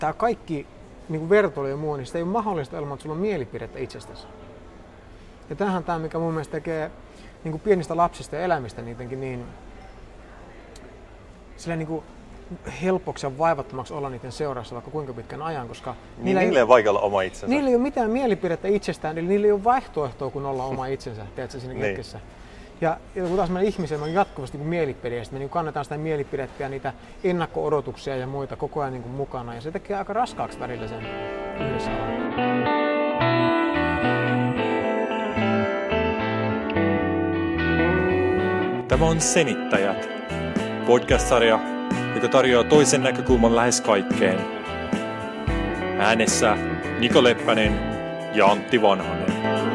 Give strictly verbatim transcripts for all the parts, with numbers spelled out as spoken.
tämä kaikki niin vertailu ja muu, niin sitä ei ole mahdollista ilman, että sulla on mielipidettä itsestäsi. Ja tämähän on tämä, mikä mun mielestä tekee niin kuin pienistä lapsista ja elämistä niidenkin niin, sillä niin kuin helpoksi ja vaivattomaksi olla niiden seurassa vaikka kuinka pitkän ajan, koska niin niillä, niillä ei ole vaikea olla oma itsensä. Niillä ei ole mitään mielipidettä itsestään, eli niillä ei ole vaihtoehtoa kuin olla oma itsensä, tiedätkö, siinä niin. Hetkessä. Ja, ja kun taas meidän ihmisillä on jatkuvasti niin mielipide, ja sitten me niin kannetaan sitä mielipidettä ja niitä ennakko-odotuksia ja muita koko ajan niin kuin mukana, ja se tekee aika raskaaksi välillä sen yhdessä olla. Tämä on Senittäjät, podcast-sarja, joka tarjoaa toisen näkökulman lähes kaikkeen. Äänessä Niko Leppänen ja Antti Vanhanen.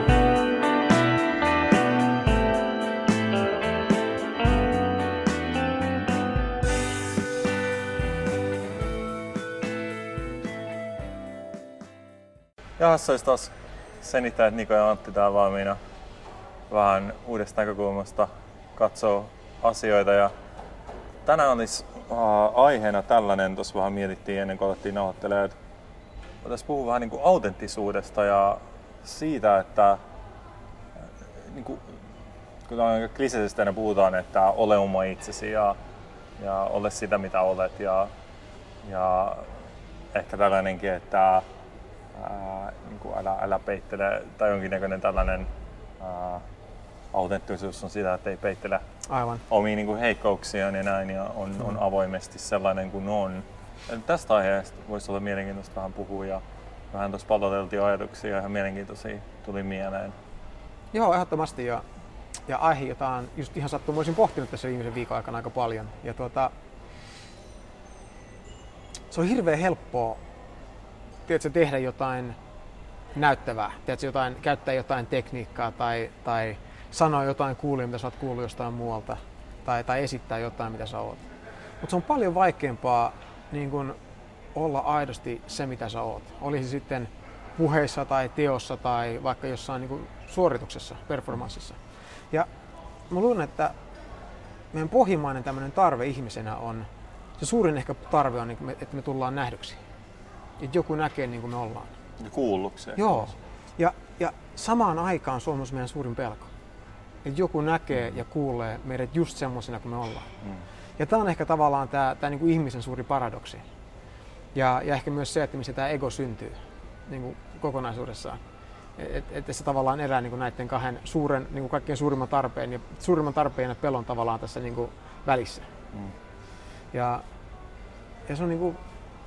Jahas, olisi taas Senittäjät Niko ja Antti täällä valmiina vähän uudesta näkökulmasta katsoo asioita. Ja tänään olisi uh, aiheena tällainen, tuossa vähän mietittiin ennen kuin alettiin nauhoittelemaan, että voitaisiin puhua vähän niin kuin autenttisuudesta ja siitä, että niin kuin, kun aika kliseisesti aina puhutaan, että ole oma itsesi ja, ja ole sitä mitä olet ja, ja ehkä tällainenkin, että ää, niin kuin älä, älä peittele tai jonkinnäköinen tällainen ää, autenttisuus on sitä, että ei peittele Aivan. omia niin kuin heikkouksiaan ja näin ja on, mm. on avoimesti sellainen kuin on. Ja tästä aiheesta voisi olla mielenkiintoista vähän puhua ja vähän tuossa paloteltiin ajatuksia ja ihan mielenkiintoisia tuli mieleen. Joo, ehdottomasti ja, ja aihe, jota on just ihan sattumoisin pohtinut tässä viimeisen viikon aikana aika paljon. Ja tuota, se on hirveän helppoa tiedätkö, tehdä jotain näyttävää, tiedätkö, jotain, käyttää jotain tekniikkaa tai, tai sanoa jotain kuulia, mitä sä oot kuullut jostain muualta, tai, tai esittää jotain, mitä sä oot. Mutta se on paljon vaikeampaa niin kun olla aidosti se, mitä sä oot. Olisi sitten puheissa tai teossa tai vaikka jossain niin kun suorituksessa, performanssissa. Ja mä luulen, että meidän pohjimmainen tämmöinen tarve ihmisenä on, se suurin ehkä tarve on, että me tullaan nähdyksi. Että joku näkee niin kuin me ollaan. Ja kuulluksi. Joo. Ja, ja samaan aikaan se on myös meidän suurin pelko. Että joku näkee ja kuulee meidät just semmoisina kuin me ollaan. Mm. Ja tämä on ehkä tavallaan tämä, tämä niin kuin ihmisen suuri paradoksi. Ja, ja ehkä myös se, että missä tämä ego syntyy niin kuin kokonaisuudessaan. Että et se tavallaan elää niin kuin näiden kahden suuren, niin kuin kaikkein suurimman tarpeen ja suurimman tarpeen ja pelon tavallaan tässä niin kuin välissä. Mm. Ja, ja se on niin kuin,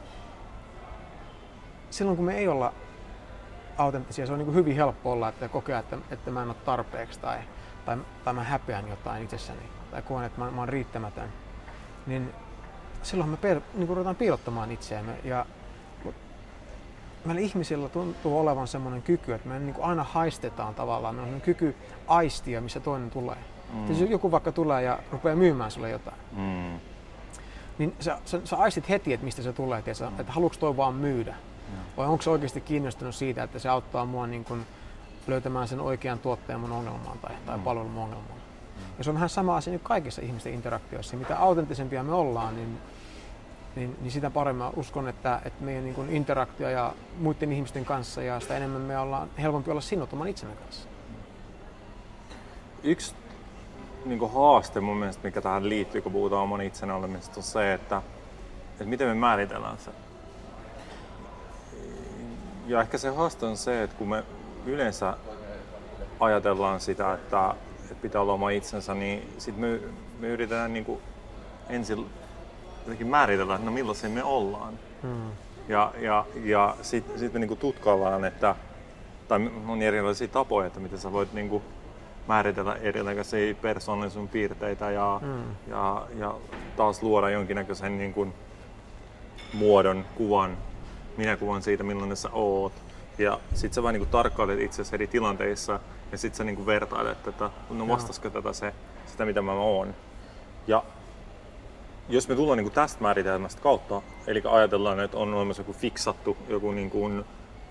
silloin kun me ei olla autenttisia, se on niin kuin hyvin helppo olla, että kokea, että, että mä en ole tarpeeksi tai, tai, tai mä häpeän jotain itsessäni tai koen, että mä, mä oon riittämätön. Niin silloin me per, niin kuin ruvetaan piilottamaan itseämme. Ja meillä ihmisillä tuntuu olevan semmoinen kyky, että me niin kuin aina haistetaan tavallaan. Meillä on kyky aistia, missä toinen tulee. Mm. Jos joku vaikka tulee ja rupeaa myymään sulle jotain, mm. niin sä, sä, sä aistit heti, että mistä se tulee. Että, mm. että haluatko toi vaan myydä? Mm. Vai onko se oikeasti kiinnostunut siitä, että se auttaa mua niin kuin löytämään sen oikean tuotteen mun ongelmaan tai, tai mm. palvelun mun ongelmaan. Mm. Ja se on vähän sama asia kaikissa ihmisten interaktioissa. Mitä autenttisempia me ollaan, niin Niin, niin sitä paremmin uskon, että, että meidän niin kuin interaktio ja muiden ihmisten kanssa ja sitä enemmän me ollaan helpompi olla sinut oman itsemme kanssa. Yksi niin kuin haaste mun mielestä, mikä tähän liittyy, kun puhutaan oman itsenä olemisesta, on se, että, että miten me määritellään se. Ja ehkä se haaste on se, että kun me yleensä ajatellaan sitä, että, että pitää olla oma itsensä, niin sit me, me yritetään niin kuin ensin jotenkin määritellä, että no millaisia me ollaan. Hmm. Ja, ja, ja sitten sit me niinku tutkaillaan, että tai on erilaisia tapoja, että miten sä voit niinku määritellä erilaisia persoonallisuuden piirteitä ja, hmm. ja, ja taas luoda jonkinnäköisen niinku muodon, kuvan, minäkuvan siitä, millainen sä oot. Ja sit sä vaan niinku tarkkailet itsesi eri tilanteissa ja sit sä niinku vertailet, että no vastasko tätä se, sitä mitä mä oon. Ja jos me tullaan niin kuin tästä määritelmästä kautta, eli ajatellaan, että on olemassa joku fiksattu, joku niin kuin,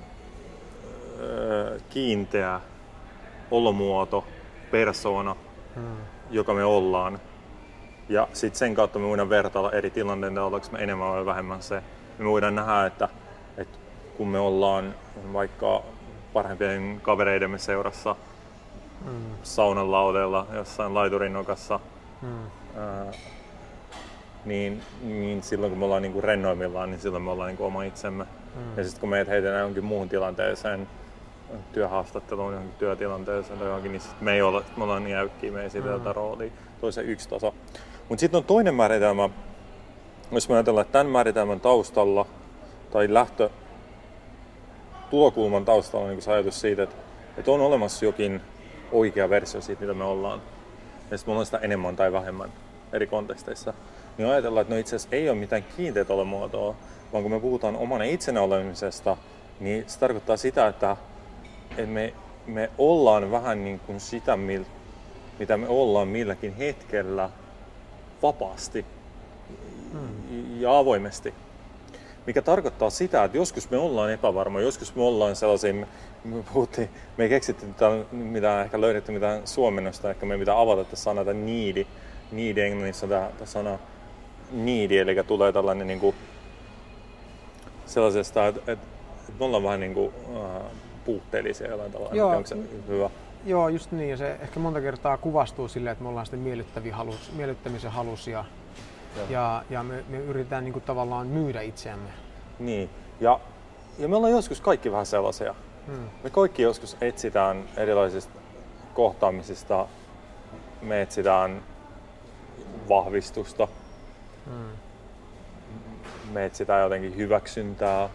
öö, kiinteä olomuoto, persoona, hmm. joka me ollaan. Ja sitten sen kautta me voidaan vertailla eri tilanteita, ollaanko me enemmän vai vähemmän se. me voidaan nähdä, että, että kun me ollaan vaikka parhaimpien kavereidemme seurassa mm. saunan lauteella jossain laiturinnokassa, mm. ää, niin, niin silloin kun me ollaan niinku rennoimmillaan, niin silloin me ollaan niinku oma itsemme. Mm. Ja sitten kun meidät heitetään johonkin muuhun tilanteeseen, työhaastatteluun, johonkin työtilanteeseen tai johonkin, niin sit me ei olla, me ollaan niin jäykkiä, me ei siitä mm. tätä roolia, toisen yksi taso. Mutta sitten on toinen määritelmä, jos me ajatellaan, että tämän määritelmän taustalla tai lähtö tulokulman taustalla on niin se ajatus siitä, että, että on olemassa jokin oikea versio siitä, mitä me ollaan. Ja sitten me ollaan sitä enemmän tai vähemmän eri konteksteissa. Niin ajatellaan, että no itse asiassa ei ole mitään kiinteät olomuotoa, vaan kun me puhutaan omana itsenä olemisesta, niin se tarkoittaa sitä, että, että me, me ollaan vähän niin kuin sitä, mitä me ollaan milläkin hetkellä vapaasti hmm. ja avoimesti. Mikä tarkoittaa sitä, että joskus me ollaan epävarmoja, joskus me ollaan sellaisia, me, me puhuttiin, me ei keksitty mitään, ehkä löydetty mitään suomennosta, ehkä me ei mitään avata tässä sanaa needi. Needi englannissa tämä sana needi, eli tulee tällainen niin kuin sellaisesta, että, että me ollaan vähän niin kuin äh, puutteellisia jollain tavalla. Joo, onko se hyvä? Joo, just niin. Ja se ehkä monta kertaa kuvastuu silleen, että me ollaan sitten miellyttäviä halus, miellyttämisen halusia. Ja, ja me, me yritetään niin kuin tavallaan myydä itseämme. Niin. Ja, ja me ollaan joskus kaikki vähän sellaisia. Hmm. Me kaikki joskus etsitään erilaisista kohtaamisista. Me etsitään vahvistusta. Hmm. Me etsitään jotenkin hyväksyntää.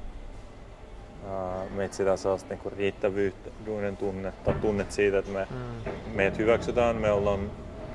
Me etsitään sellaista niin kuin riittävyyden tunnetta, tunnet siitä, että me, hmm. meidät hyväksytään, me ollaan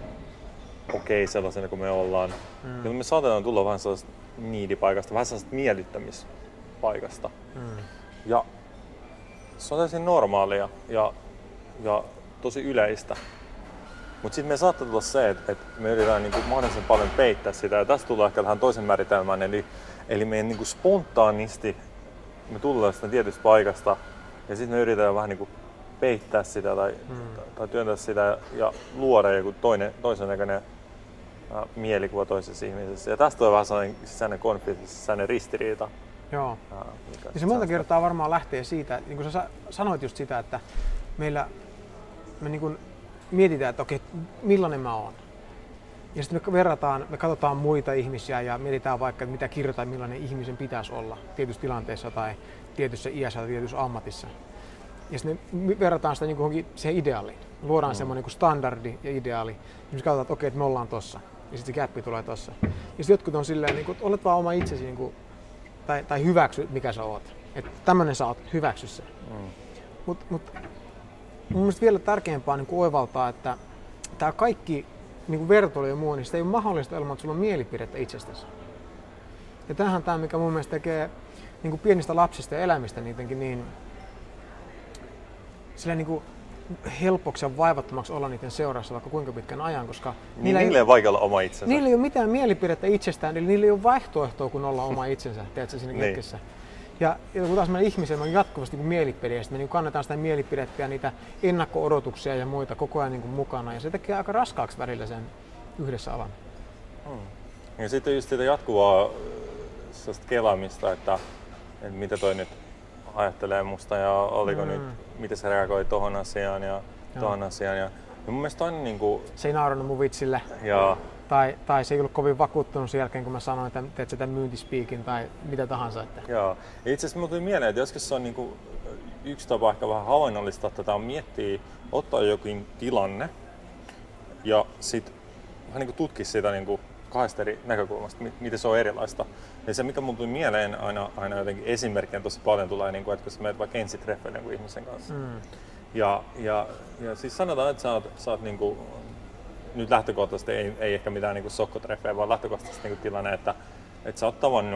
okei sellaisena kuin me ollaan. Mm. Ja me saatetaan tulla vähän sellaista needi-paikasta, vähän sellaista miellyttämispaikasta. Mm. Ja se on täysin normaalia ja, ja tosi yleistä. Mutta sitten me saattaa tulla se, että, että me yritetään niinku mahdollisimman paljon peittää sitä. Ja tästä tulee ehkä tähän toisen määritelmään. Eli, eli meidän niinku spontaanisti me tullaan sitä tietystä paikasta ja sitten me yritetään vähän niinku peittää sitä tai, mm. tai työntää sitä ja luoda joku toinen, toisen näköinen äh, mielikuva toisessa ihmisessä. Ja tästä on vähän sellainen sisäinen konflikti, sisäinen ristiriita. Joo. Äh, ja se monta kertaa varmaan lähtee siitä, niin kuin sä sanoit just sitä, että meillä me niin kuin mietitään, että okei, millainen mä oon. Ja sitten me verrataan, me katsotaan muita ihmisiä ja mietitään vaikka, että mitä kirjoittaa, millainen ihmisen pitäisi olla tietyssä tilanteessa tai tietyssä iässä tai tietyssä ammatissa. Ja sitten me verrataan sitä niin siihen ideaaliin. Luodaan mm. semmoinen niin standardi ja ideaali. Ja me katsotaan, että okei, että me ollaan tossa. Ja sitten se gappi tulee tossa. Ja sitten jotkut on silleen, niin kuin, että olet vaan oma itsesi, niin kuin, tai, tai hyväksy, mikä sä oot. Että tämmönen sä oot, hyväksy se. Mm. Mutta mut, mun mielestä vielä tärkeämpää on niin oivaltaa, että tämä kaikki niin vertailu ja muu, niin sitä ei ole mahdollista ilman, että sulla on mielipidettä itsestäsi. Ja tämähän on tämä, mikä mun mielestä tekee niin pienistä lapsista ja elämistä niidenkin niin silleen niin kuin helpoksi ja vaivattomaksi olla niiden seurassa vaikka kuinka pitkän ajan, koska niin niillä, niillä ei ole vaikea olla oma itsensä. Niillä ei ole mitään mielipidettä itsestään, eli niillä ei ole vaihtoehtoa kuin olla oma itsensä, tiedätkö, siinä niin. hetkessä. Ja, ja kun taas meidän ihmisellä on jatkuvasti niin mielipide, ja me niin kannetaan sitä mielipidettä ja niitä ennakko-odotuksia ja muita koko ajan niin mukana, ja se tekee aika raskaaksi välillä sen yhdessä alan. Hmm. Ja sitten just sitä jatkuvaa kelaamista, että, että mitä toi nyt ajattelee musta ja oliko mm. nyt, miten se reagoi tohon asiaan ja tohon asiaan. Ja, ja mun mielestä aina niinku... Se ei naurannut mun vitsille. Ja. Tai, tai se ei ollut kovin vakuuttunut sen jälkeen, kun mä sanoin, että teet sitä myyntispiikin tai mitä tahansa. Että... Joo. Ja itse asiassa mulle tuli mieleen, että joskus se on niinku yksi tapa ehkä vähän havainnollista tätä on miettiä, ottaa jokin tilanne ja sit vähän niinku tutkia sitä niinku kahdesta eri näkökulmasta, miten se on erilaista. Ja se, mikä mulle tuli mieleen aina, aina jotenkin esimerkkinä tosi paljon tulee, niin kuin, että kun sä menet vaikka ensitreffeille jonkun ihmisen kanssa. Mm. Ja, ja, ja siis sanotaan, että sä oot, sä oot niin kuin, nyt lähtökohtaisesti ei, ei ehkä mitään niin kuin sokkotreffejä, vaan lähtökohtaisesti niin kuin tilanne, että, että sä oot tavannut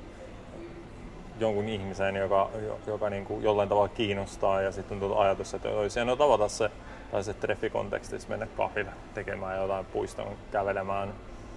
jonkun ihmisen, joka, joka niin kuin jollain tavalla kiinnostaa ja sitten on tullut ajatus, että olisi hienoa tavata se, tai se treffikontekstissa mennä kahville tekemään jotain puiston kävelemään.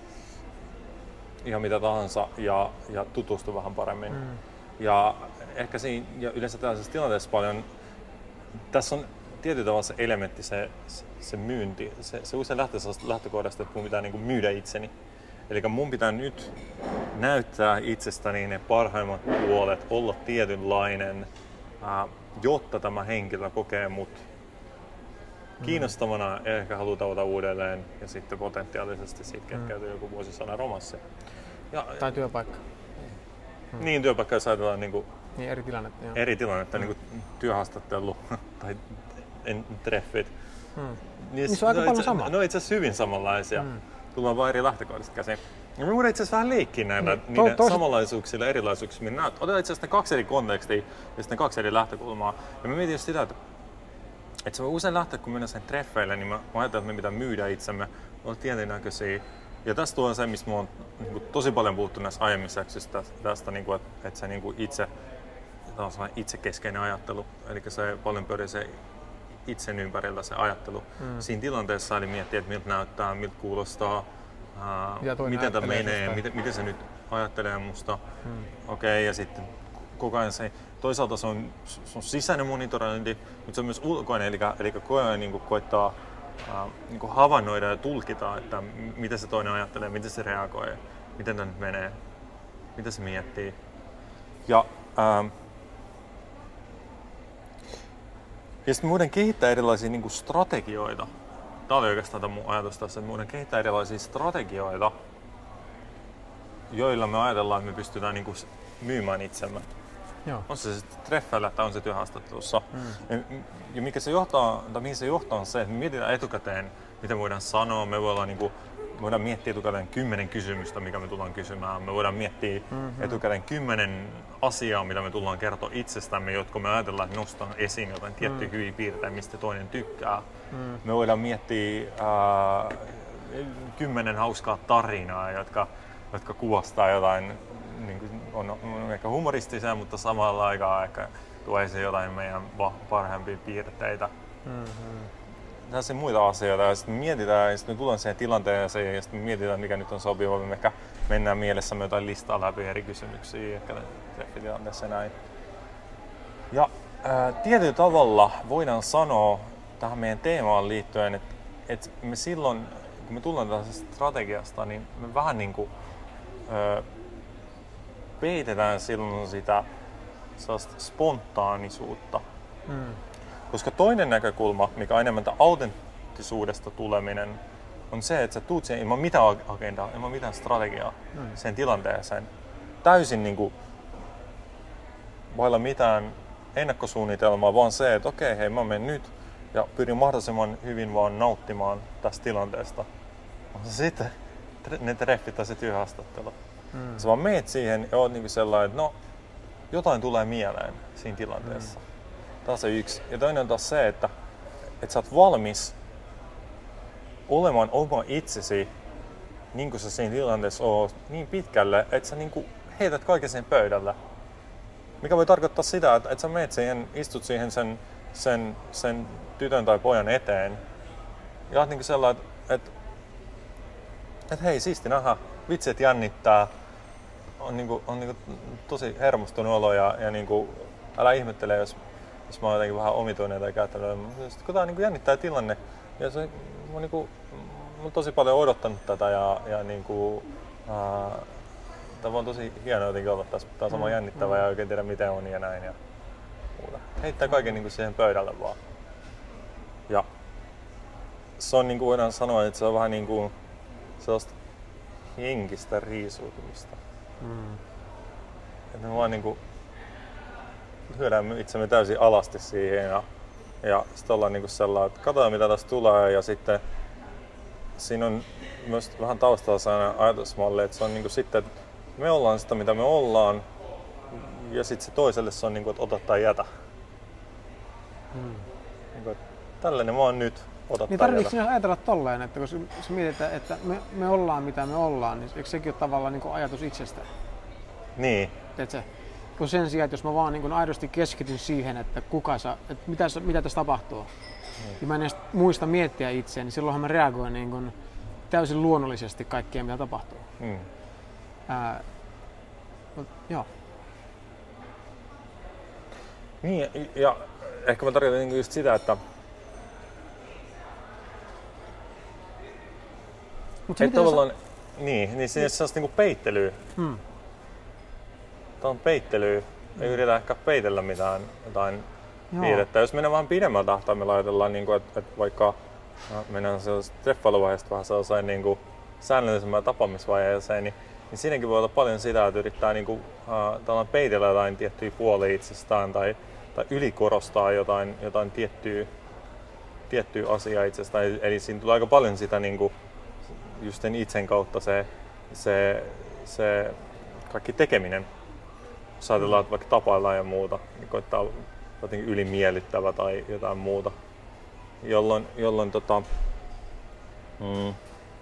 Ihan mitä tahansa ja, ja tutustu vähän paremmin. Mm. Ja ehkä siinä, ja yleensä tällaisessa tilanteessa paljon, tässä on tietyllä tavalla se elementti, se, se, se myynti. Se, se usein lähtee sellaista lähtökohdasta, että mun pitää niinku myydä itseni. Eli mun pitää nyt näyttää itsestäni ne parhaimmat puolet, olla tietynlainen, ää, jotta tämä henkilö kokee mut kiinnostavana, mm. ehkä haluaa tavata uudelleen ja sitten potentiaalisesti siitä kätkeytyy mm. joku vuosisana romanssi. Ja, tai työpaikka. Mm. Niin, työpaikka, jos ajatellaan niin kuin niin, eri tilannetta. Joo. Eri tilannetta, mm. niin kuin työhaastattelu tai en, treffit. Mm. Niin se on aika no, paljon sama. No itse asiassa hyvin samanlaisia. Mm. Tullaan vaan eri lähtökohdista käsin. Ja me voidaan itse asiassa vähän leikkiä näillä niin, niiden to, samanlaisuuksilla ja erilaisuuksilla. Otetaan itse asiassa ne kaksi eri kontekstia ja sitten kaksi eri lähtökulmaa. Ja mä mietin just sitä, että, että se usein lähtee, kun mennään sen treffeille, niin mä, mä ajattelen, että me pitää myydä itsemme, olla tietynäköisiä. Ja tästä tulee se, mistä mä oon niin kuin, tosi paljon puhuttu näissä aiemmissa jaksoissa tästä, niin kuin, että, että se niin kuin itse, itsekeskeinen ajattelu. Eli se paljon pyörii se itsen ympärillä se ajattelu. Mm. Siinä tilanteessa eli miettiä, että miltä näyttää, miltä kuulostaa, ää, miten tämä menee, miten, miten se nyt ajattelee musta. Mm. Okei, okay, ja sitten koko ajan se, toisaalta se on, se on sisäinen monitorointi, mutta se on myös ulkoinen, eli, eli koko ajan niin kuin koittaa ää, niin kuin havainnoida ja tulkita, että mitä se toinen ajattelee, miten se reagoi, miten tämä nyt menee, mitä se miettii. Ja, ää, Ja sitten muiden kehittää erilaisia niin kuin strategioita. Tämä oli oikeastaan tämä mun ajatus tässä, että muiden kehittää erilaisia strategioita, joilla me ajatellaan, että me pystytään niin kuin myymään itsemme. Joo. On se sitten treffeillä tai on se työhaastattelussa. Mm. Ja, ja mikä se johtaa, tai mihin se johtaa on se, että me mietitään etukäteen, mitä voidaan sanoa. Me voidaan, niin kuin, me voidaan miettiä etukäteen kymmenen kysymystä, mikä me tullaan kysymään. Me voidaan miettiä mm-hmm. etukäteen kymmenen asiaa, mitä me tullaan kertoa itsestämme, jotka me ajatellaan, että nostaa esiin jotain tiettyjä mm. hyviä piirteitä, mistä toinen tykkää. Mm. Me voidaan miettiä ää, kymmenen hauskaa tarinaa, jotka, jotka kuvastaa jotain, niin kuin on, on ehkä humoristisia, mutta samalla aikaa ehkä tuo esiin jotain meidän parhaimpia piirteitä. Mm-hmm. Tässä muita asioita ja sitten me mietitään ja sitten me tullaan siihen tilanteeseen ja sitten me mietitään, mikä nyt on sopiva. Me ehkä mennään mielessämme jotain listaa läpi eri kysymyksiä, ehkä treffitilanteessa näin. Ja ää, tietyllä tavalla voidaan sanoa tähän meidän teemaan liittyen, että, että me silloin, kun me tullaan tällaisesta strategiasta, niin me vähän niin kuin ää, peitetään silloin sitä sellaista spontaanisuutta. Mm. Koska toinen näkökulma, mikä on enemmän autenttisuudesta tuleminen, on se, että sä tuut siihen ilman mitään agendaa, ilman mitään strategiaa mm. sen tilanteeseen. Täysin niin kuin vailla mitään ennakkosuunnitelmaa, vaan se, että okei, hei, mä menen nyt ja pyrin mahdollisimman hyvin vaan nauttimaan tästä tilanteesta. Sitten ne treffit tai se työhaastattelu. Mm. Sä vaan meet siihen ja oot niin kuin sellainen, että no, jotain tulee mieleen siinä tilanteessa. Mm. Taas se yksi. Ja toinen on taas se, että, että sä oot valmis olemaan oma itsesi, niin kuin sä siinä tilanteessa oot, niin pitkälle, että sä niin kuin heität kaiken sen pöydälle. Mikä voi tarkoittaa sitä, että, että sä meet siihen, istut siihen sen, sen, sen tytön tai pojan eteen ja oot niin kuin sellainen, että, että, että hei, siisti nähdä, vitsi, että jännittää, on, niin kuin, on niin kuin tosi hermostunut olo ja, ja niin kuin, älä ihmettele, jos jos mä oon jotenkin vähän omituinen tai käyttänyt. Sitten kun tää niin jännittää tilanne, ja se, mä, niin kuin, mä oon tosi paljon odottanut tätä ja, ja niin kuin, ää, tämä on tosi hienoa jotenkin olla tässä. Tää on sama mm, jännittävää mm. ja oikein tiedä miten on ja näin ja muuta. Heittää kaiken niin kuin siihen pöydälle vaan. Ja se on niin kuin voidaan sanoa, että se on vähän niin kuin sellaista henkistä riisuutumista. Mm. Että me vaan niin kuin hyödään itsemme täysin alasti siihen ja, ja sitten ollaan niinku sellainen, että katsotaan mitä tästä tulee ja sitten siinä on myös vähän taustalla sellainen ajatusmalli, että se on niinku sitten, että me ollaan sitä mitä me ollaan ja sitten se toiselle se on niinku, että ota tai jätä. Hmm. Niinku, että tällainen mä oon nyt, ota niin tai jätä. Tarvitsetko sinä ajatella tolleen, että kun se mietitään, että me, me ollaan mitä me ollaan, niin eikö sekin ole tavallaan niinku ajatus itsestä? Niin. Tiedätkö? Kun sen sijaan, että jos mä vaan niin aidosti keskityn siihen, että, kuka sa, että mitä, mitä tässä tapahtuu, mm. ja mä en edes muista miettiä itseäni, niin silloinhan mä reagoin niin kuin täysin luonnollisesti kaikkeen, mitä tapahtuu. Mm. Ää, but, joo. Niin, ja ehkä mä tarkoitan just sitä, että Mut se, et tavallaan... Niin, niin siinä on sellaista niinku peittelyä. Hmm. Tämä on peittelyä. Ei Hmm. yritä ehkä peitellä mitään jotain Joo. piirrettä. Jos mennään vähän pidemmällä tähtäimellä ajatellaan, niin että et vaikka mennään sellaisesta treffailuvaiheesta vähän sellaiseen niin säännöllisemmään tapaamisvaiheeseen, niin, niin siinäkin voi olla paljon sitä, että yrittää niin kuin, uh, peitellä jotain tiettyjä puolia itsestään tai, tai ylikorostaa jotain, jotain tiettyä, tiettyä asiaa itsestään. Eli, eli siinä tulee aika paljon sitä niin kuin, just sen itsen kautta se, se, se kaikki tekeminen. Jos ajatellaan, että vaikka tapaillaan ja muuta, niin koittaa jotenkin ylimiellyttävä tai jotain muuta, jolloin, jolloin tota, mm,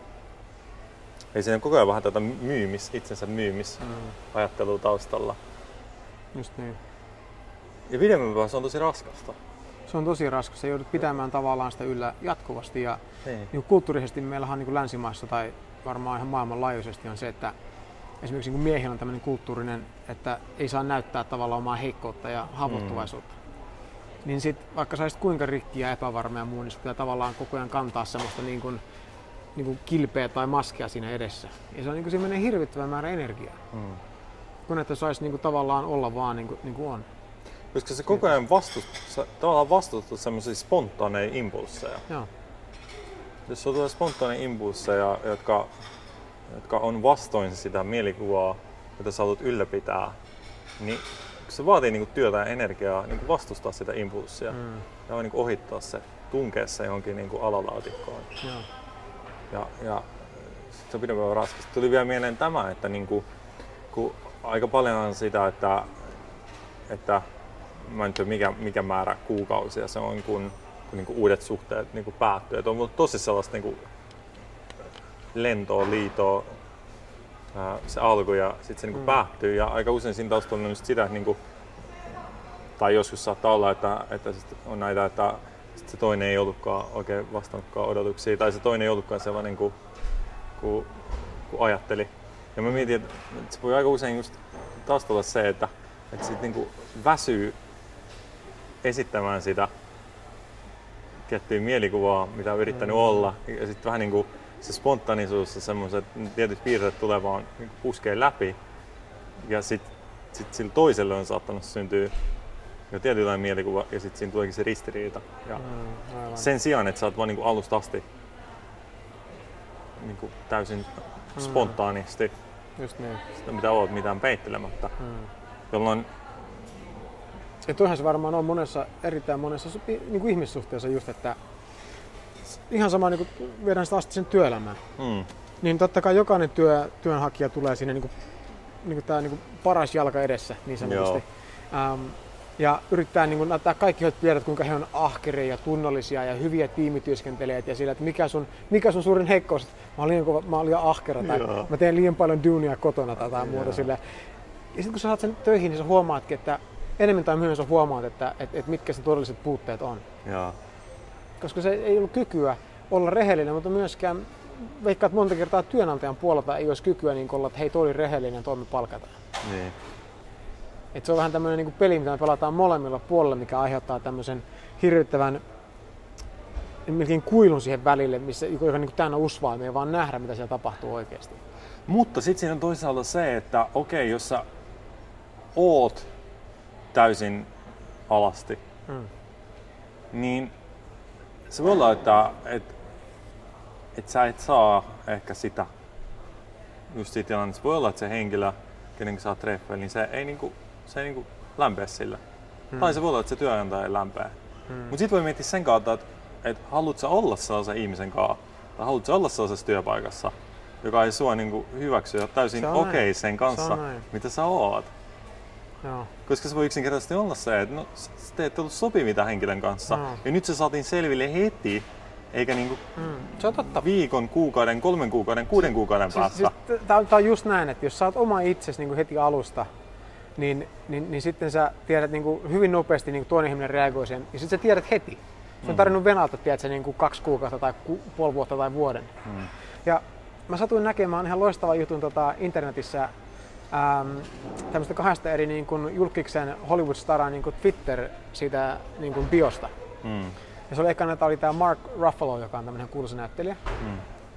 ei siinä koko ajan vähän tätä myymis, itsensä myymis mm. ajattelua taustalla. Just niin. Ja pidemmän se on tosi raskasta. Se on tosi raskas. Sä joudut pitämään tavallaan sitä yllä jatkuvasti. Ja niin. Niin kulttuurisesti meillähän niin länsimaissa tai varmaan ihan maailmanlaajuisesti on se, että esimerkiksi niin miehillä on tämmöinen kulttuurinen, että ei saa näyttää tavallaan omaa heikkoutta ja haavoittuvaisuutta. Mm. Niin sit vaikka sä olisit kuinka rikki ja epävarma ja muu, niin pitää tavallaan koko ajan kantaa semmoista niin kuin, niin kuin kilpeä tai maskia siinä edessä. Ja se on niin kuin, siinä menee hirvittävä määrä energiaa. Mm. Kun että saisi niin kuin, tavallaan olla vaan niin kuin, niin kuin on. Koska se koko ajan vastustaa, tavallaan vastustaa semmoisia spontaaneja impulsseja. Joo. Jos sulla tulee spontaaneja impulsseja, jotka, jotka on vastoin sitä mielikuvaa, jota sä haluat ylläpitää, niin se vaatii niinku työtä ja energiaa niinku vastustaa sitä impulssia mm. ja niinku ohittaa se, tunkea se johonkin niinku alalaatikkoon. Joo. Ja, ja se on pidempään raskasta. Tuli vielä mieleen tämä, että niinku, kun aika paljon on sitä, että, että mä en tiedä mikä, mikä määrä kuukausia se on, kun, kun niinku uudet suhteet niinku päättyy. Et on ollut tosi sellaista niinku lentoa, liitoa, ää, se alku ja sitten se niinku mm. päättyy. Ja aika usein siinä taustalla on just sitä, että niinku, tai joskus saattaa olla, että, että sit on näitä, että sit se toinen ei ollutkaan oikein vastannutkaan odotuksia, tai se toinen ei ollutkaan sellainen kuin, kuin, kuin ajatteli. Ja mä mietin, että se voi aika usein just taustalla se, että, että sit niinku väsyy esittämään sitä tiettyä mielikuvaa, mitä on yrittänyt mm. olla. Ja sitten vähän niinku se spontaanisuus ja semmoiset tietyt piirteet tulee vaan niinku puskee läpi. Ja sitten sit sillä toiselle on saattanut syntyä jo tietynlainen mielikuva ja sitten siinä tuleekin se ristiriita. Ja mm, sen sijaan, että sä oot vaan niinku alusta asti niinku täysin mm. spontaanisti just niin. sitä, mitä oot, mitään peittelemättä. Mm. Jolloin ja toihan se varmaan on monessa, erittäin monessa niin kuin ihmissuhteessa just, että ihan sama niin kuin viedään sitä asti sen työelämään. Mm. Niin totta kai jokainen työ, työnhakija tulee sinne niin kuin, niin kuin tämä niin kuin paras jalka edessä niin sanotusti. Ähm, ja yrittää niin kuin näyttää kaikki tiedät, kuinka he on ahkeria ja tunnollisia ja hyviä tiimityöskentelijöitä ja sillä, että mikä sun, mikä sun suurin heikkous, että mä oon liian, kova, mä oon liian ahkera tai Joo. mä teen liian paljon duunia kotona tai jotain muuta sillä. Ja sitten kun sä saat sen töihin, niin sä huomaatkin, että enemmän tai myöhemmin sä huomaat, että, että, että mitkä sen todelliset puutteet on. Joo. Koska se ei ollut kykyä olla rehellinen, mutta myöskään veikkaa, että monta kertaa työnantajan puolelta ei olisi kykyä niin olla, että hei, toi oli rehellinen, toi me palkataan. Niin. Et se on vähän tämmöinen niin peli, mitä me pelataan molemmilla puolella, mikä aiheuttaa tämmöisen hirvittävän melkein kuilun siihen välille, missä, joka niin täynnä usvaa, me ei vaan nähdä, mitä siellä tapahtuu oikeasti. Mutta sitten siinä on toisaalta se, että okei, jos sä oot täysin alasti, mm. niin se voi olla, että et, et sä et saa ehkä sitä just siitä tilannetta. Voi olla, että se henkilö, kenen sä oot treffeillä, niin se ei, niinku, se ei niinku lämpeä sillä. Mm. Tai se voi olla, että se työnantaja ei lämpeä. Mm. Mutta sitten voi miettiä sen kautta, että et haluat sä olla sellaisen ihmisen kanssa, tai haluat sä olla sellaisessa työpaikassa, joka ei sua niinku hyväksy ja täysin okei okay sen kanssa, mitä sä oot. Joo. Koska se voi yksinkertaisesti olla se, että no, te ette ollut sopivia tämän henkilön kanssa. No. Ja nyt se saatiin selville heti, eikä niinku mm. se on totta. Viikon, kuukauden, kolmen kuukauden, kuuden kuukauden päästä. Siis, siis, Tämä on just näin, että jos sä oot oma itsesi niinku heti alusta, niin, niin, niin sitten sä tiedät niinku hyvin nopeasti, niinku toinen ihminen reagoi siihen, ja sitten sä tiedät heti. Se on tarvinnut venalta, tiedätkö, niinku kaksi kuukautta tai ku, puoli vuotta tai vuoden. Mm. Ja mä satuin näkemään ihan loistavan jutun tota, internetissä ähm, tämmöistä kahdesta eri niin kuin julkiksen Hollywood-staraa niin kuin Twitter siitä niin kuin biosta. Mm. Ja se oli ekana, että oli tämä Mark Ruffalo, joka on tämmöinen kuuluisa näyttelijä. Mm.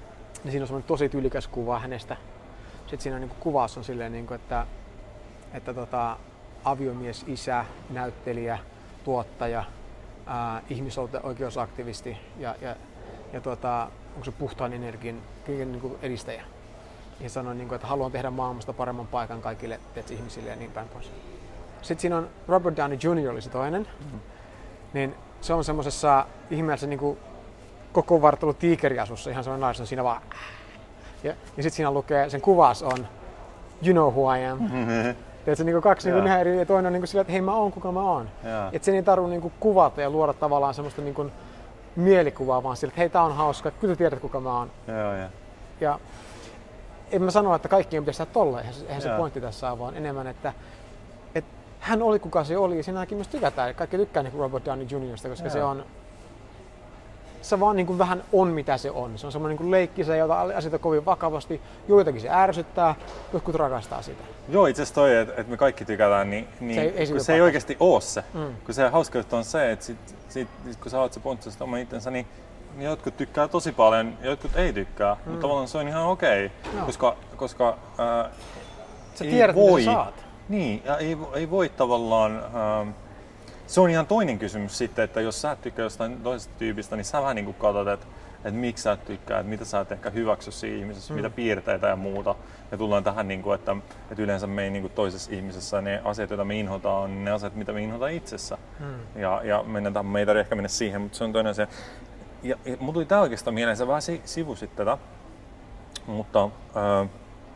niin siinä on semmoinen tosi tyylikäs kuva hänestä. Sitten siinä niin kuin kuvaus on silleen, niin kuin, että, että tota, aviomies, isä, näyttelijä, tuottaja, ää, ihmisoikeusaktivisti ja, ja, ja tuota, onko se puhtaan energian niin kuin edistäjä. Ja sanoi, niin kuin, että haluan tehdä maailmasta paremman paikan kaikille teet, ihmisille ja niin päin pois. Sitten siinä on Robert Downey juniori oli se toinen. Mm-hmm. Niin se on semmoisessa ihmeellisessä niin kuin koko vartalo tiikeriasussa, ihan semmoinen nainen, on siinä vaan. Ja, ja sitten siinä lukee, sen kuvaus on You know who I am. Mm-hmm. Teet se niin kaksi niin ihan eri, ja toinen on niin sillä, että hei mä oon kuka mä oon. Että sen ei tarvitse niin kuvata ja luoda tavallaan semmoista niin kuin mielikuvaa, vaan sillä, että hei tää on hauska, kyllä tiedät kuka mä oon. Joo, ja. ja en mä sano, että kaikkien pitäisi tehdä tolleen, eihän se pointti tässä ole, vaan enemmän, että et hän oli kuka se oli ja siinäkin myös tykätään. Kaikki tykkää niin Robert Downey juniorista, koska Joo. se on se vaan niin kuin vähän on mitä se on. Se on semmoinen niin leikkisä, jota asioita kovin vakavasti. Joitakin se ärsyttää, jotkut rakastaa sitä. Joo, itse asiassa toi, että et me kaikki tykätään, niin, niin se ei, kun se ei oikeasti ole se. Mm. Kun se hauska juttu on se, että sit, sit, sit, kun sä oot se ponttisesta oman itsensä, niin, niin jotkut tykkää tosi paljon, jotkut ei tykkää. Mm. Mutta tavallaan se on ihan okei, okay, no. koska, koska ää, sä tiedät, voi, mitä sä saat. Niin, ja ei, ei voi tavallaan... Ää, se on ihan toinen kysymys sitten, että jos sä et tykkää jostain toisesta tyypistä, niin sä vähän niin kuin katsot, että, että miksi sä et tykkää, että mitä sä et ehkä hyväksy siinä ihmisessä, mm. mitä piirteitä ja muuta. Ja tullaan tähän, niin kuin, että, että yleensä me ei niin kuin toisessa ihmisessä ne asiat, joita me inhotaan, on ne asiat, mitä me inhotaan itsessä. Mm. Ja, ja mennään tähän, me ei tarvitse ehkä mennä siihen, mutta se on toinen asia. Ja, ja mun tuli tää oikeastaan mieleen, sä vähän sivusit tätä, mutta ää,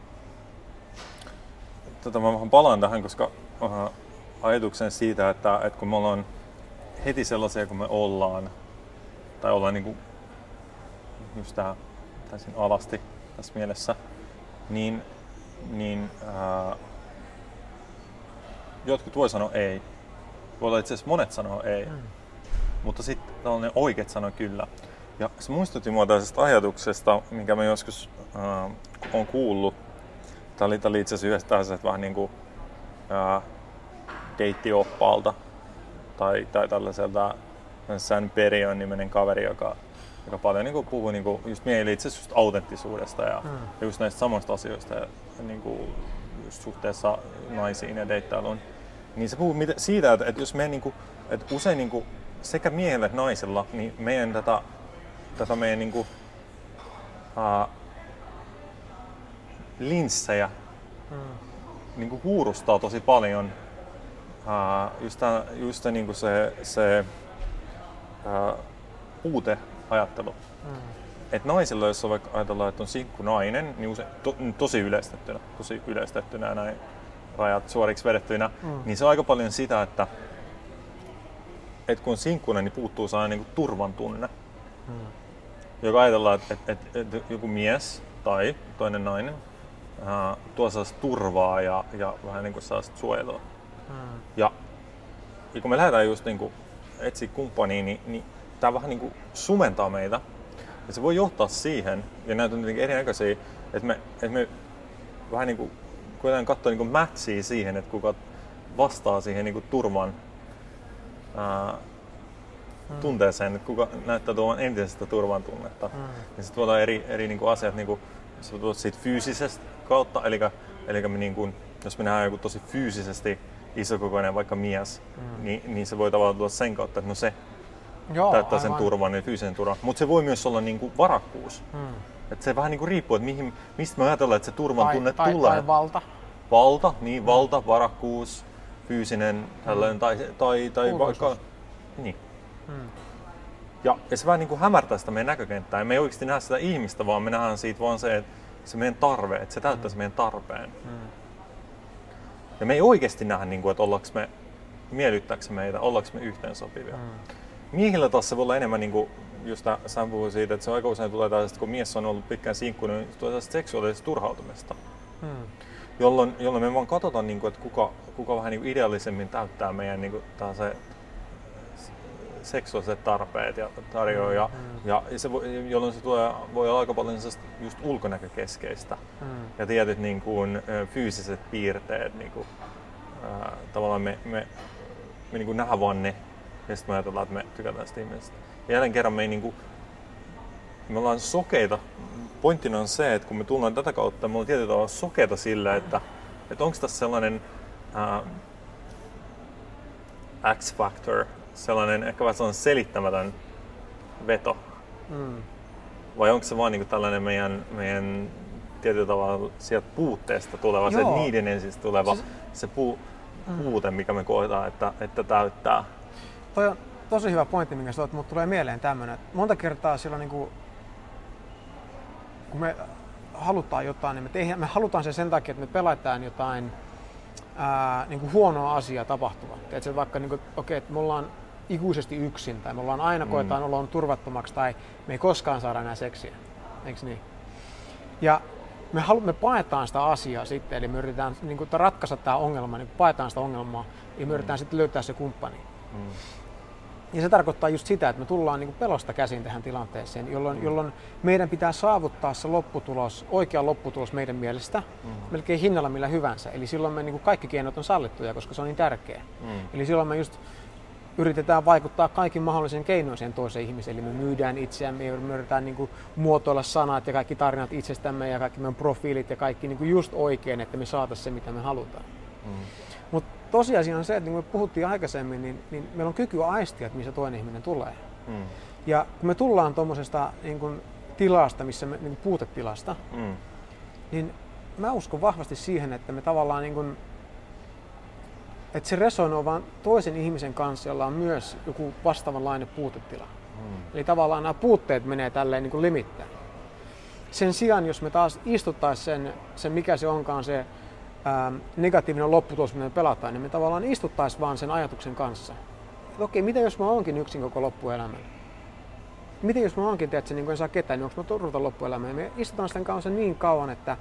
tota, mä vähän palaan tähän, koska ää, ajatuksen siitä, että, että kun me ollaan heti sellaisia kuin me ollaan, tai ollaan niinku just tää täysin alasti tässä mielessä, niin, niin ää, jotkut voi sanoa ei. Voi olla itse asiassa monet sanoo ei, mm. mutta sitten tällainen oikeat sanoo kyllä. Ja se muistutti mua tällaisesta ajatuksesta, minkä mä joskus ää, on kuullut. Tää oli, tää oli itse asiassa yhdessä tällaiset vähän niinku ää, deittioppaalta tai, tai tällaiselta San Perion niminen kaveri, joka, joka paljon niin kuin puhuu niin kuin, just mieli itse asiassa just autenttisuudesta ja, mm. ja just näistä samoista asioista ja, niin kuin, just suhteessa naisiin ja deittailuun. Niin se puhuu siitä, että, että jos me niin kuin, että usein niin kuin, sekä miehellä että naisella, niin meidän tätä, tätä meidän niin kuin, uh, linssejä mm. niin kuin huurustaa tosi paljon. Uh, just, tämän, just tämän, niin se, se uh, puuteajattelu. Mm. Et naisilla, jos on vaikka ajatellaan, että on sinkkunainen, niin usein, to, tosi yleistettynä, tosi yleistettynä ja näin rajat suoriksi vedettyinä, mm. niin se on aika paljon sitä, että et kun on sinkkuna, niin puuttuu sellainen niin turvan tunne. Mm. Joka ajatellaan, että et, et, et joku mies tai toinen nainen uh, tuo sellaista turvaa ja, ja vähän niin kuin sellaista suojelua. Hmm. Ja, ja kun me lähdetään just niinku etsiä kumppania, niin, niin tää vähän niinku sumentaa meitä. Ja se voi johtaa siihen, ja näitä on tietenkin erinäköisiä, että me, että me vähän niinku koetaan katsoa niinku matchia siihen, että kuka vastaa siihen niinku turvan ää, hmm. tunteeseen, että kuka näyttää tuomaan entisestä turvan tunnetta. Hmm. Ja sitten voidaan eri, eri niinku asiat, niinku, jos tuot siitä fyysisestä kautta, eli, eli me niinku, jos me nähdään joku tosi fyysisesti isokokoinen vaikka mies, mm. niin, niin se voi tavallaan tulla sen kautta, että no se Joo, täyttää aivan. sen turvan, niin fyysisen turvan. Mutta se voi myös olla niinku varakkuus. Mm. Et se vähän niinku riippuu, että mihin, mistä me ajatellaan, että se turvan tai, tunne tai, tulee. Tai valta. Valta, niin mm. valta, varakkuus, fyysinen, tällainen, mm. tai, tai, tai vaikka... Niin. Mm. Ja, ja se vähän niinku hämärtää sitä meidän näkökenttää. Me ei oikeasti nähdä sitä ihmistä, vaan me nähdään siitä vaan se, että se meidän tarve, että se täyttää mm. se meidän tarpeen. Mm. Ja me ei oikeasti nähdä, että ollaanko me, miellyttääkö se meitä, ollaanko me yhteensopivia. Mm. Miehillä taas se voi olla enemmän, niin kuin just sä puhuit siitä, että se aika usein tulee tällaista, kun mies on ollut pitkään sinkku, niin tulee tällaista seksuaalisesta turhautumista. Mm. Jolloin, jolloin me vaan katsotaan, että kuka, kuka vähän niin ideaalisemmin täyttää meidän niin seksuaaliset tarpeet ja tarjoaa. Ja, mm. ja se voi, jolloin se tulee, voi olla aika paljon just ulkonäkökeskeistä. Mm. Ja tietyt niin kuin, fyysiset piirteet, niin kuin, ää, tavallaan me, me, me niin kuin nähdään vaan ne, ja sitten me ajatellaan, että me tykätään sitä ihmisestä. Ja jälleen kerran me ei, niin kuin, me ollaan sokeita. Pointtina on se, että kun me tullaan tätä kautta, me ollaan tietyllä tavalla sokeita sillä, että, että onko tässä sellainen ää, X-factor, sellainen ehkä vähän sellainen selittämätön veto. Mm. Vai onko se vaan niinku tällainen meidän, meidän tietyllä tavalla sieltä puutteesta tuleva, Joo. se niiden ensin tuleva se, se pu, puute, mikä me koetaan, että, että täyttää. Toi on tosi hyvä pointti, minkä sanoit, mutta tulee mieleen tämmöinen. Monta kertaa silloin, niin kuin, kun me halutaan jotain, niin me, tehdään, me halutaan se sen takia, että me pelataan jotain ää, niin kuin huonoa asiaa tapahtuva. Tiedätkö, vaikka niin kuin, okay, että me ollaan ikuisesti yksin tai me ollaan aina mm. koetaan olla turvattomaksi tai me ei koskaan saada enää seksiä. Eikö niin? Ja me, halu, me paetaan sitä asiaa sitten, eli me yritetään niin kuin, ratkaista tämä ongelma, niin paetaan sitä ongelmaa ja me yritetään mm. sitten löytää se kumppani. Mm. Ja se tarkoittaa just sitä, että me tullaan niin kuin pelosta käsin tähän tilanteeseen, jolloin, mm. jolloin meidän pitää saavuttaa se lopputulos, oikea lopputulos meidän mielestä, mm. melkein hinnalla millä hyvänsä. Eli silloin me niin kuin kaikki keinot on sallittuja, koska se on niin tärkeä. Mm. Eli silloin me just yritetään vaikuttaa kaikin mahdollisen keinoin siihen toiseen ihmiseen. Eli me myydään itseämme, me yritetään niin kuin muotoilla sanat ja kaikki tarinat itsestämme ja kaikki meidän profiilit ja kaikki niin kuin just oikein, että me saataisiin se, mitä me halutaan. Mm. Mut tosiasia on se, että niin kuin me puhuttiin aikaisemmin, niin, niin meillä on kyky aistia, että missä toinen ihminen tulee. Mm. Ja kun me tullaan tuommoisesta niin kuin tilasta, missä me, niin kuin puutetilasta, mm. niin mä uskon vahvasti siihen, että me tavallaan niin kuin, että se resonoi vaan toisen ihmisen kanssa, jolla on myös joku vastaavanlainen puutetila. Mm. Eli tavallaan nämä puutteet menee tälleen niin kuin limittäin. Sen sijaan, jos me taas istuttaisiin sen, sen mikä se onkaan se ää, negatiivinen lopputulos, mitä me pelataan, niin me tavallaan istuttaisiin vaan sen ajatuksen kanssa. Että okei, miten jos mä oonkin yksin koko loppuelämän? Miten jos mä oonkin, että niin en saa ketään, niin onko mä turruta loppuelämään? Me istutaan sen kanssa niin kauan, että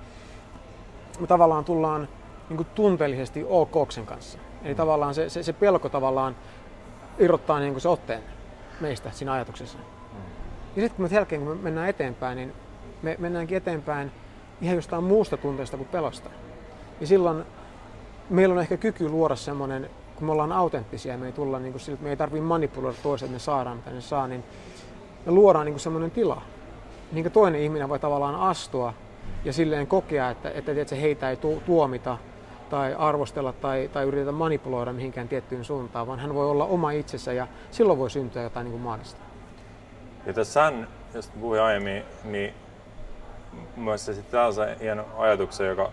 me tavallaan tullaan niin kuin tunteellisesti okoksen kanssa. Eli tavallaan se, se, se pelko tavallaan irrottaa niin kuin se otteen meistä siinä ajatuksessa. Mm. Ja sitten kun me jälkeen kun me mennään eteenpäin, niin me mennäänkin eteenpäin ihan jostain muusta tunteesta kuin pelosta. Ja silloin meillä on ehkä kyky luoda semmoinen, kun me ollaan autenttisia, me ei, tulla, niin kuin sille, me ei tarvitse manipuloida toisia, että me saadaan mitä ne saa, niin me luodaan niin kuin semmoinen tila, minkä toinen ihminen voi tavallaan astua ja silleen kokea, että, että, että heitä ei tu- tuomita tai arvostella tai, tai yritetä manipuloida mihinkään tiettyyn suuntaan, vaan hän voi olla oma itsensä ja silloin voi syntyä jotain niin kuin maagista. Ja tässä, jos puhuin aiemmin, niin myös se sitten tällaisen hieno ajatuksen, joka,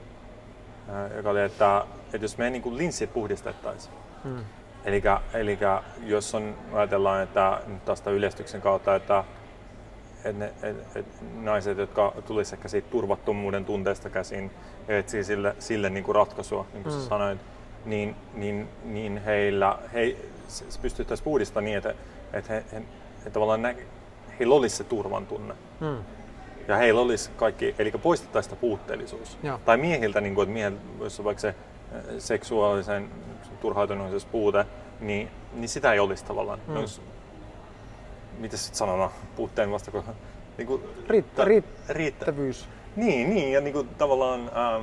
joka oli, että, että jos me niin kuin linssit puhdistettaisiin, hmm. eli jos on, ajatellaan, että tästä yleistyksen kautta, että et ne, et, et naiset, jotka tulisivat ehkä siitä turvattomuuden tunteesta käsin ja etsii sille, sille niin kuin ratkaisua, niin kuin mm. sä sanoit, niin, niin, niin heillä he, se pystyttäisiin puhdistamaan niin, että, että he, he, he, tavallaan nä, heillä olisi se turvan tunne. Mm. Ja heillä olisi kaikki, eli poistettaisiin sitä puutteellisuus. Joo. Tai miehiltä, niin kuin, että miehiltä, jos on vaikka se seksuaalisen turhautuneisuus puute, niin, niin sitä ei olisi tavallaan. Mm. Olisi, miten sitten sanotaan, puutteen vastako? Niin Riittä, riitt- riittävyys. Niin, niin, ja niin kuin tavallaan, ää,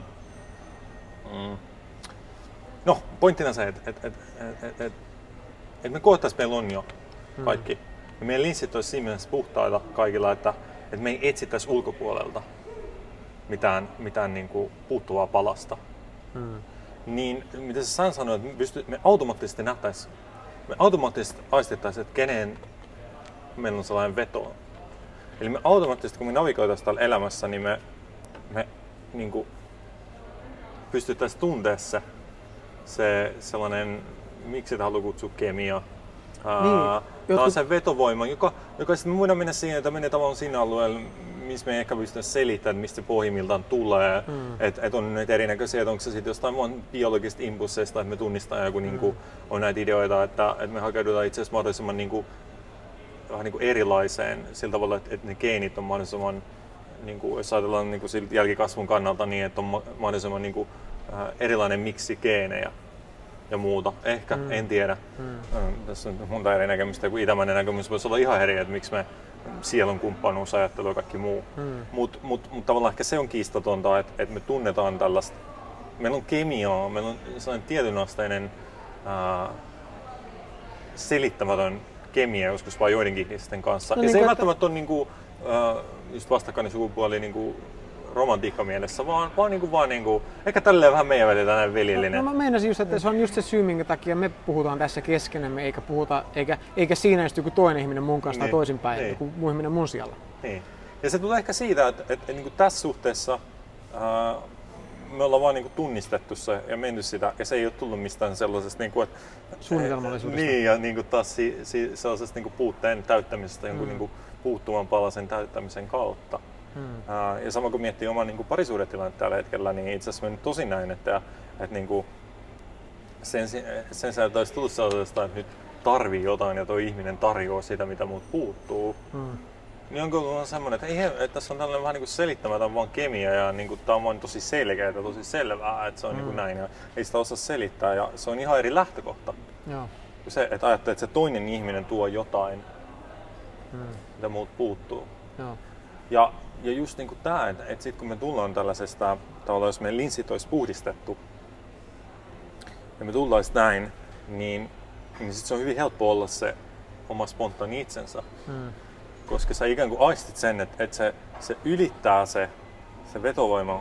mm, no pointtina se, että et, et, et, et, et, et me koettaisiin, meillä on jo kaikki. Mm. Ja meidän linssit olisi siinä mielessä puhtaita kaikilla, että et me ei etsittäisi ulkopuolelta mitään, mitään niin kuin puuttuvaa palasta. Mm. Niin, mitä sä sanoit, että me, pysty, me automaattisesti nähtäisiin, me automaattisesti aistettaisiin, että kenen meillä on sellainen veto. Eli me automaattisesti, kun me navigoitaisiin täällä elämässä, niin me, me niin kuin pystyttäisiin tuntea se, se sellainen, miksi sitä haluaa kutsua kemia. Niin, Ää, jotkut... on se vetovoima, joka, joka sitten me voidaan mennä siihen, että menee tavallaan siinä alueella, missä me ei ehkä pystytä selittämään, mistä se pohjimmiltaan tulee. Mm. Että et on näitä erinäköisiä, että onko se sitten jostain vaan biologisista impulseista, että me tunnistetaan joku, mm. niin kuin, on näitä ideoita, että, että me hakeudutaan itse asiassa mahdollisimman niin kuin, vähän niin kuin erilaiseen sillä tavalla, että, että ne geenit on mahdollisimman, niin kuin, jos ajatellaan niin kuin jälkikasvun kannalta, niin että on mahdollisimman niin kuin, äh, erilainen miksi geenejä ja muuta. Ehkä, mm. en tiedä. Mm. Tässä on monta eri näkemystä. Joku itämäinen näkemys voisi olla ihan eri, että miksi me sielun kumppanuusajattelu ja kaikki muu. Mm. Mutta mut, mut tavallaan ehkä se on kiistatonta, että, että me tunnetaan tällaista. Meillä on kemiaa, meillä on sellainen tietyn asteinen äh, selittämätön kemia joskus vaan joidenkin ihmisten kanssa. No ja niin se ei kuin, välttämättä ole niinku, äh, just vastakkainen sukupuoli niinku romantiikka mielessä, vaan, vaan, niinku, vaan niinku, ehkä tälleen vähän meidän välillä näin velillinen. No, no mä meinasin just, että se on just se syy, minkä takia me puhutaan tässä keskenämme, eikä, puhuta, eikä, eikä siinä just joku toinen ihminen mun kanssa niin, tai toisinpäin, niin. Joku muu ihminen mun sijalla. Niin. Ja se tulee ehkä siitä, että, että, että niin kuin tässä suhteessa ää, me ollaan vaan niin kuin tunnistettu se ja menty sitä, ja se ei ole tullut mistään sellaisesta, niin kuin, että, suunnitelmallisuudesta. Niin, ja niin kuin taas si, si, sellaisesta niin kuin puutteen täyttämisestä, jonkun mm. niin kuin puuttuvan palasen täyttämisen kautta. Hmm. Ää, ja sama kun miettii oman niin kuin parisuhdetilannetta tällä hetkellä, niin itse asiassa mennyt tosi näin, että, että niin kuin sen, sen sijaan, että olisi tullut sellaisesta, että nyt tarvii jotain ja tuo ihminen tarjoaa sitä, mitä muut puuttuu. Hmm. Niin onko ollut semmoinen, että, ei, että tässä on tällainen vähän niin kuin selittämätön vaan kemia ja niin kuin, tämä on vaan tosi selkeää ja tosi selvää, että se on mm. niin kuin näin ja ei sitä osaa selittää ja se on ihan eri lähtökohta. Joo. Se, että ajattelee, että se toinen ihminen tuo jotain, mm. mitä muut puuttuu. Joo. Ja, ja just niin kuin tämä, että, että sit kun me tullaan tällaisesta, tavallaan jos meidän linssit olisi puhdistettu ja me tullaan näin, niin, niin sit se on hyvin helppo olla se oma spontaani itsensä. Mm. Koska sä ikään kuin aistit sen, että, että se, se ylittää se, se vetovoima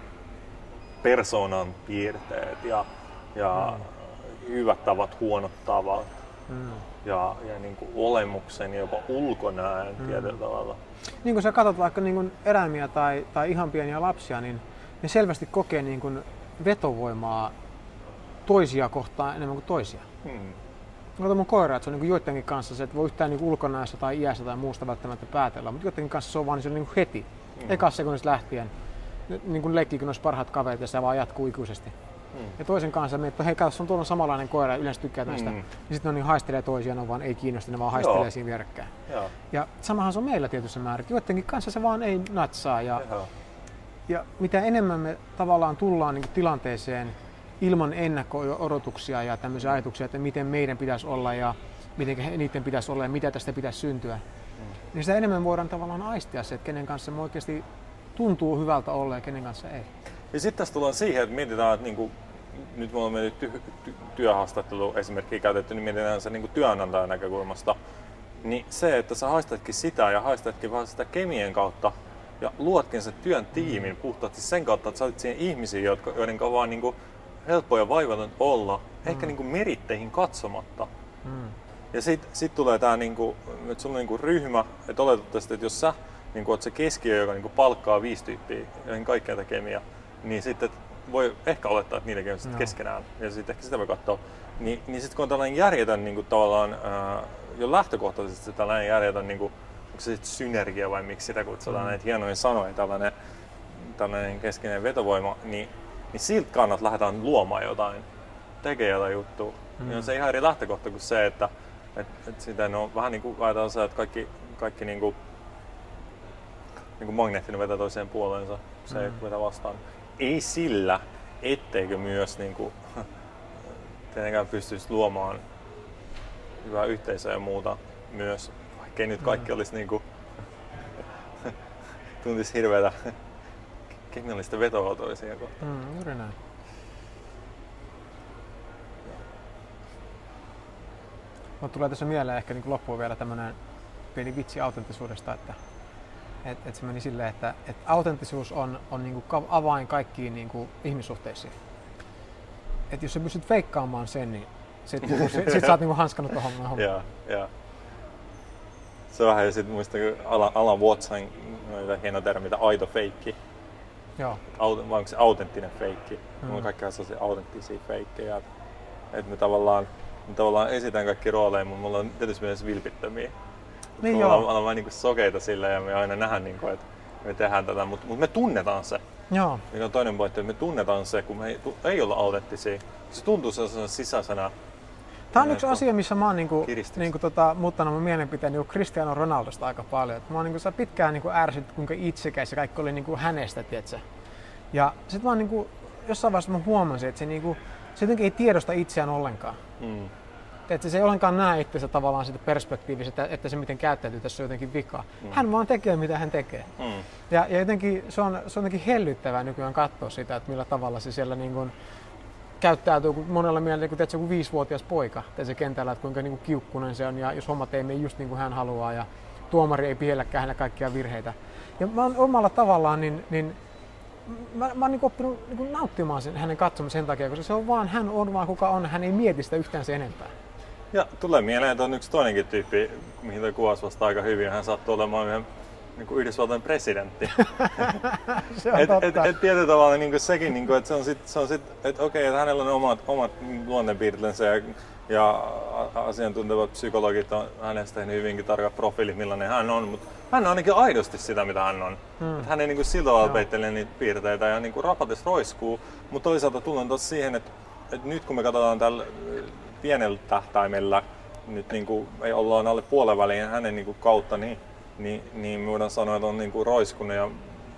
persoonan piirteet ja, ja mm. hyvät tavat, huonot tavat mm. ja, ja niin kuin olemuksen ja jopa ulkonäön mm. tietyllä tavalla. Niin kun sä katsot vaikka niin kun eläimiä tai, tai ihan pieniä lapsia, niin ne selvästi kokee niin kun vetovoimaa toisia kohtaan enemmän kuin toisia. Mm. Kato mun koira, että se on niin joidenkin kanssa se, että voi yhtään niin ulkonäössä tai iässä tai muusta välttämättä päätellä, mutta joidenkin kanssa se on vaan niin se on niin heti, mm. ekassa sekunnista lähtien, niin kuin leikkii, kun olisi parhaat kaverit ja se vaan jatkuu ikuisesti. Mm. Ja toisen kanssa me, että hei, kato, se on tuolla samanlainen koira ja yleensä tykkää tästä, mm. ja sitten ne niin haistelee toisiaan, ne vaan ei kiinnosta, ne vaan haistelee Joo. siinä vierekkäin. Joo. Ja samahan se on meillä tietyssä määrin, joidenkin kanssa se vaan ei natsaa. Ja, ja mitä enemmän me tavallaan tullaan niin tilanteeseen, ilman ennakko-odotuksia ja tämmöisiä ajatuksia, että miten meidän pitäisi olla ja miten niiden pitäisi olla ja mitä tästä pitäisi syntyä, mm. niin sitä enemmän voidaan tavallaan aistia se, että kenen kanssa me oikeasti tuntuu hyvältä olla ja kenen kanssa ei. Ja sitten tässä tullaan siihen, että mietitään, että niinku, nyt me olemme ty- ty- työhaastattelu esimerkkiä käytetty, niin mietitään se niinku työnantajan näkökulmasta. Niin se, että sä haistatkin sitä ja haistatkin vähän sitä kemien kautta ja luotkin sen työn tiimin puhtaasti sen kautta, että sä olet siihen ihmisiä, jotka, joiden on vaan niinku helppo ja vaivaton olla, mm. ehkä niinku meritteihin katsomatta. Mm. Ja sit, sit tulee tää niinku, että sulla on niinku ryhmä, että oletettavasti, että jos sä niinku oot se keskiö, joka niinku palkkaa viisi tyyppiä, joihin kaikkea tekemiä, niin sitten voi ehkä olettaa, että niitäkin on sit no. keskenään, ja sitten ehkä sitä voi katsoa. Ni, niin sitten kun on tällainen järjetön niinku tavallaan, ää, jo lähtökohtaisesti se tällainen järjetön, niinku, onko se sitten synergia vai miksi sitä kutsutaan, mm. näitä hienoja sanoja, tällainen, tällainen keskeinen vetovoima, niin niin siltä kannat lähdetään luomaan jotain, tekee jotain juttua. Mm. Niin on se ihan eri lähtökohta kuin se, että et, et sitä on vähän niin kuin ajatellaan se, että kaikki, kaikki niin kuin, niin kuin magneettinen vetää toiseen puoleensa, se mm. ei vetä vastaan. Ei sillä, etteikö myös niin kuin, tietenkään pystyisi luomaan hyvää yhteisöä ja muuta myös, vaikkei nyt kaikki mm. olisi niin kuin, tuntisi hirveätä kemiallista vetoa toisiaan kohtaan. Mm, juuri näin. Mut tulee tässä mieleen ehkä niin loppuun vielä tämmönen pieni vitsi autenttisuudesta, että et, et se meni silleen, että et autenttisuus on, on niin kuin avain kaikkiin niin kuin ihmissuhteisiin. Et jos sä pystyt feikkaamaan sen, niin sit, sit, sit sä oot niin hanskannut tuohon hommaan. Joo, joo. Se on vähän, ja sit muistan, kun Alan, Alan Watson, noita hieno termi, mitä aito feikki. Joo. Vai onko se autenttinen feikki? Mm. Mulla on kaikkia sellaisia autenttisia feikkejä. Että me tavallaan, me tavallaan esitän kaikki rooleja, mutta mulla on tietysti myös vilpittömiä. Niin me ollaan, ollaan vain niin sokkeita sillä ja me aina nähdään, niin kuin, että me tehdään tätä, mutta, mutta me tunnetaan se. Joo. Mikä on toinen pointti, että me tunnetaan se, kun me ei, ei olla autenttisia. Se tuntuu sellaisena sisäisenä. Tämä on yksi asia, missä mä oon niinku, niinku tota, muuttanut mun mielipiteen niinku Cristiano Ronaldosta aika paljon. Et mä oon niinku, pitkään niinku ärsyt, kuinka itsekäs ja kaikki oli niinku hänestä, tietsä. Ja sit mä oon niinku, jossain vaiheessa mä huomasin, että se, niinku, se jotenkin ei tiedosta itseään ollenkaan. Mm. Että se ei ollenkaan näe itsensä tavallaan siitä perspektiivistä, että, että se miten käyttäytyy tässä on jotenkin vika. Mm. Hän vaan tekee mitä hän tekee. Mm. Ja, ja jotenkin se on, se on jotenkin hellyttävää nykyään katsoa sitä, että millä tavalla se siellä niinku, käyttäytyy monella mielellä niin kuin viisivuotias poika se kentällä, että kuinka niin kuin kiukkunen se on ja jos hommat ei mene just niin kuin hän haluaa ja tuomari ei pihelläkään hänellä kaikkia virheitä. Ja mä oon omalla tavallaan, niin, niin mä, mä oon niin oppinut niin nauttimaan sen, hänen katsomisen sen takia, koska se on vaan, hän on vaan kuka on, hän ei mieti sitä yhtään sen enempää. Ja tulee mieleen, että on yksi toinenkin tyyppi, mihin toi kuvasi vasta aika hyvin, hän sattuu olemaan yhden niin kuin Yhdysvaltain presidentti. Se on et, totta. Et, et tietyllä tavalla niin sekin, niin kuin, että se on sit, se on sit, että okei, että hänellä on omat, omat luonteenpiirteensä ja, ja asiantuntevat psykologit on hänestä tehnyt hyvinkin tarkat profiilit, millainen hän on, mutta hän on ainakin aidosti sitä, mitä hän on. Hmm. Että hän ei niin kuin sillä tavalla peittele niitä piirteitä ja niin kuin rapates roiskuu, mutta toisaalta tullaan taas siihen, että, että nyt kun me katsotaan tällä pienellä tähtäimellä, nyt niin kuin ei ollaan alle puolen väliin hänen niin kuin kautta, niin Niin, niin me voidaan sanoa, että on niinku roiskunut ja,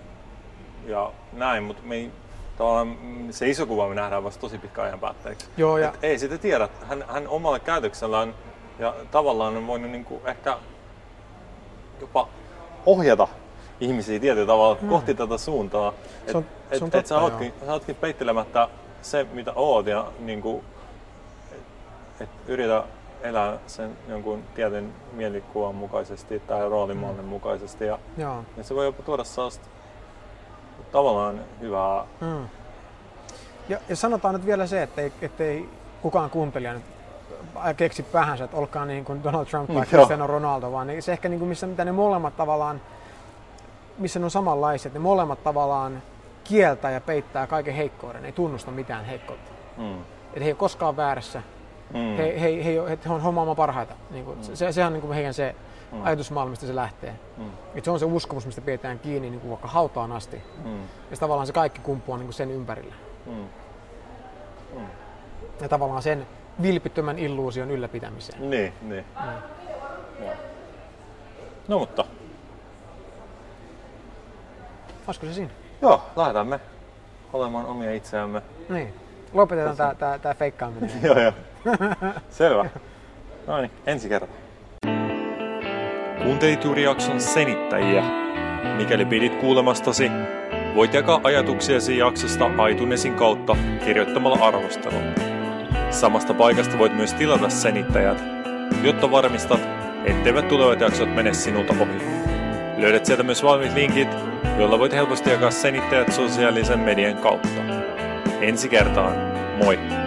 ja näin, mutta me ei, tavallaan se iso kuva me nähdään vasta tosi pitkän ajan päätteeksi. Joo, ja... ei sitä tiedä. Hän, hän omalla käytöksellään ja tavallaan on voinut niinku ehkä jopa ohjata ihmisiä tietyllä tavalla hmm. kohti tätä suuntaa. Se on, et, se on et, totta, et sä, ootkin, sä ootkin peittelemättä se, mitä oot ja niinku, et, et yritä elää sen jonkun tietyn mielikuvan mukaisesti tai roolimallin mm. mukaisesti ja, ja se voi jopa tuoda sellaista tavallaan hyvää. Mm. Ja, ja sanotaan nyt vielä se, ettei, ettei kukaan kuuntelija nyt keksi päähänsä, että olkaa niin kuin Donald Trump tai Cristiano Ronaldo, vaan se ehkä niin kuin missä mitä ne molemmat tavallaan, missä ne on samanlaiset, ne molemmat tavallaan kieltää ja peittää kaiken heikkouden, ei tunnusta mitään heikkoutta. Mm. Että he ei ole koskaan väärässä. Mm. He, he, he, he, he on hommaamaan parhaita. Niin kuin, mm. se, sehän on niin kuin heidän se mm. ajatusmaailma, mistä se lähtee. Mm. Et se on se uskomus, mistä pidetään kiinni niin kuin vaikka hautaan asti. Mm. Ja tavallaan se kaikki kumpuaa niin kuin sen ympärillä. Mm. Mm. Ja tavallaan sen vilpittömän illuusion ylläpitämiseen. Niin, niin. Mm. No mutta. Olisiko se siinä? Joo, lähdetään me olemaan omia itseämme. Niin. Lopetetaan tää, tää, tää feikkaaminen. Joo, joo. Selvä. No niin, ensi kertaa. Kuuntelit juuri jakson Senittäjiä. Mikäli pidit kuulemastasi, voit jakaa ajatuksiasi jaksosta iTunesin kautta kirjoittamalla arvostelun. Samasta paikasta voit myös tilata Senittäjät, jotta varmistat, etteivät tulevat jaksot mene sinulta ohi. Löydät sieltä myös valmiit linkit, joilla voit helposti jakaa Senittäjät sosiaalisen median kautta. Ensi kertaan, moi!